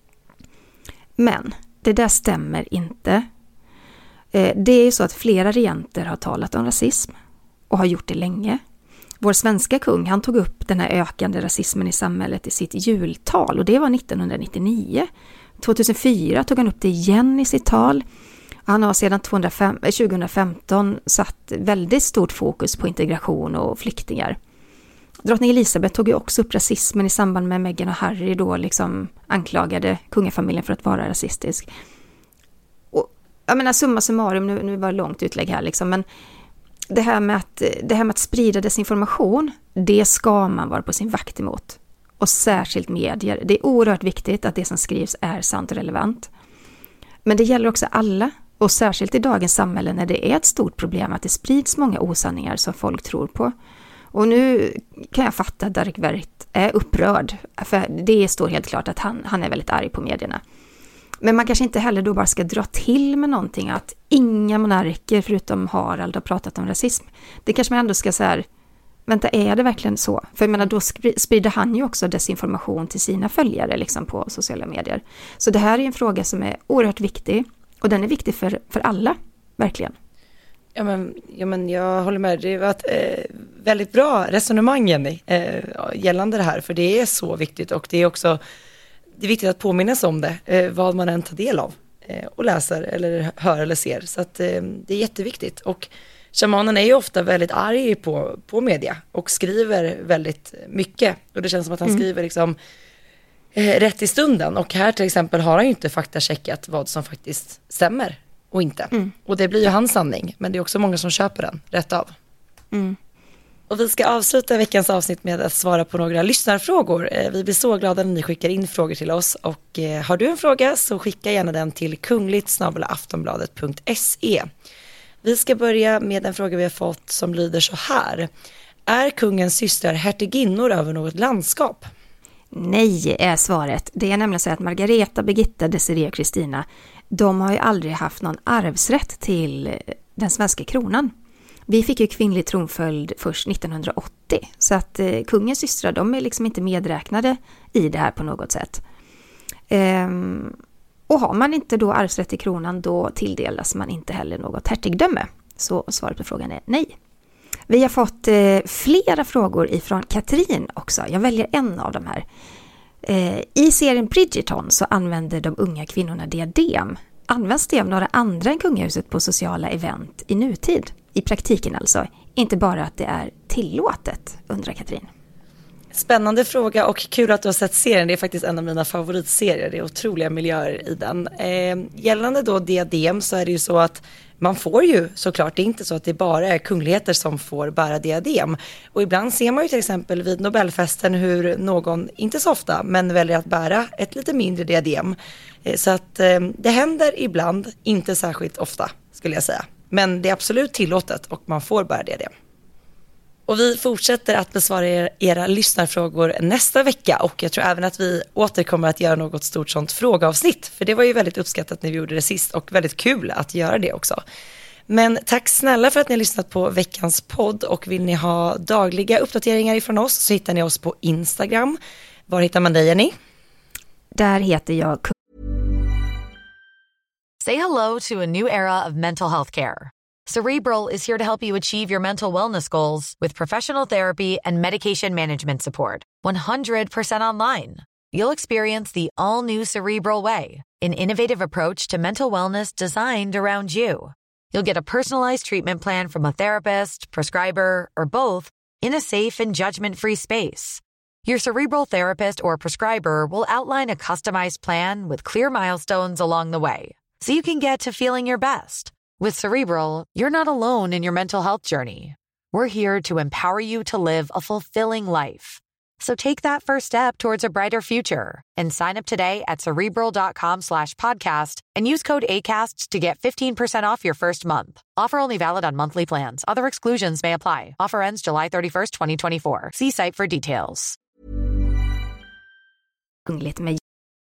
Men det där stämmer inte. Det är ju så att flera regenter har talat om rasism och har gjort det länge. Vår svenska kung, han tog upp den här ökande rasismen i samhället i sitt jultal och det var nittonhundranittionio. tjugohundrafyra tog han upp det igen i sitt tal. Han har sedan tjugohundrafemton satt väldigt stort fokus på integration och flyktingar. Drottning Elisabeth tog ju också upp rasismen i samband med Meghan och Harry då liksom anklagade kungafamiljen för att vara rasistisk. Och jag menar summa summarum, nu, nu var det långt utlägg här liksom, men det här med att, det här med att sprida desinformation, det ska man vara på sin vakt emot. Och särskilt medier. Det är oerhört viktigt att det som skrivs är sant och relevant. Men det gäller också alla. Och särskilt i dagens samhälle när det är ett stort problem att det sprids många osanningar som folk tror på. Och nu kan jag fatta att Derek Verrett är upprörd. För det står helt klart att han, han är väldigt arg på medierna. Men man kanske inte heller då bara ska dra till med någonting att inga monarker förutom Harald har pratat om rasism. Det kanske man ändå ska så här, vänta, är det verkligen så? För jag menar, då sprider han ju också desinformation till sina följare liksom på sociala medier. Så det här är en fråga som är oerhört viktig och den är viktig för, för alla, verkligen. Ja men, ja men jag håller med, det var ett eh, väldigt bra resonemang Jenny eh, gällande det här, för det är så viktigt och det är också det är viktigt att påminnas om det, eh, vad man än tar del av eh, och läser eller hör eller ser, så att eh, det är jätteviktigt. Och shamanen är ju ofta väldigt arg på, på media och skriver väldigt mycket och det känns som att han mm. skriver liksom eh, rätt i stunden. Och här till exempel har han ju inte faktacheckat vad som faktiskt stämmer och inte. Mm. Och det blir ju hans sanning, men det är också många som köper den rätt av. Mm. Och vi ska avsluta veckans avsnitt med att svara på några lyssnarfrågor. Vi blir så glada när ni skickar in frågor till oss. Och eh, har du en fråga så skicka gärna den till kungligt snabel-a aftonbladet punkt se. Vi ska börja med en fråga vi har fått som lyder så här. Är kungens systrar hertiginnor över något landskap? Nej är svaret. Det är nämligen så att Margareta, Birgitta, Desiree och Kristina, de har ju aldrig haft någon arvsrätt till den svenska kronan. Vi fick ju kvinnlig tronföljd först nittonhundraåttio, så att eh, kungens systrar, de är liksom inte medräknade i det här på något sätt. Ehm, och har man inte då arvsrätt till kronan, då tilldelas man inte heller något hertigdöme. Så svaret på frågan är nej. Vi har fått eh, flera frågor ifrån Katrin också. Jag väljer en av de här. Eh, I serien Bridgerton så använder de unga kvinnorna diadem. Används det av några andra än kungahuset på sociala event i nutid? I praktiken alltså. Inte bara att det är tillåtet, undrar Katrin. Spännande fråga och kul att du har sett serien. Det är faktiskt en av mina favoritserier. Det är otroliga miljöer i den. Eh, gällande då diadem så är det ju så att man får ju såklart, det är inte så att det bara är kungligheter som får bära diadem. Och ibland ser man ju till exempel vid Nobelfesten hur någon, inte så ofta, men väljer att bära ett lite mindre diadem. Eh, så att eh, det händer ibland, inte särskilt ofta skulle jag säga. Men det är absolut tillåtet och man får bära diadem. Och vi fortsätter att besvara er, era lyssnarfrågor nästa vecka. Och jag tror även att vi återkommer att göra något stort sånt frågeavsnitt. För det var ju väldigt uppskattat när vi gjorde det sist och väldigt kul att göra det också. Men tack snälla för att ni har lyssnat på veckans podd. Och vill ni ha dagliga uppdateringar ifrån oss så hittar ni oss på Instagram. Var hittar man dig, Jenny? Där heter jag... Say hello to a new era of mental health care. Cerebral is here to help you achieve your mental wellness goals with professional therapy and medication management support. one hundred percent online. You'll experience the all-new Cerebral Way, an innovative approach to mental wellness designed around you. You'll get a personalized treatment plan from a therapist, prescriber, or both in a safe and judgment-free space. Your Cerebral therapist or prescriber will outline a customized plan with clear milestones along the way, so you can get to feeling your best. With Cerebral, you're not alone in your mental health journey. We're here to empower you to live a fulfilling life. So take that first step towards a brighter future and sign up today at Cerebral.com slash podcast and use code ACAST to get fifteen percent off your first month. Offer only valid on monthly plans. Other exclusions may apply. Offer ends July thirty-first, twenty twenty-four. See site for details. Kungligt med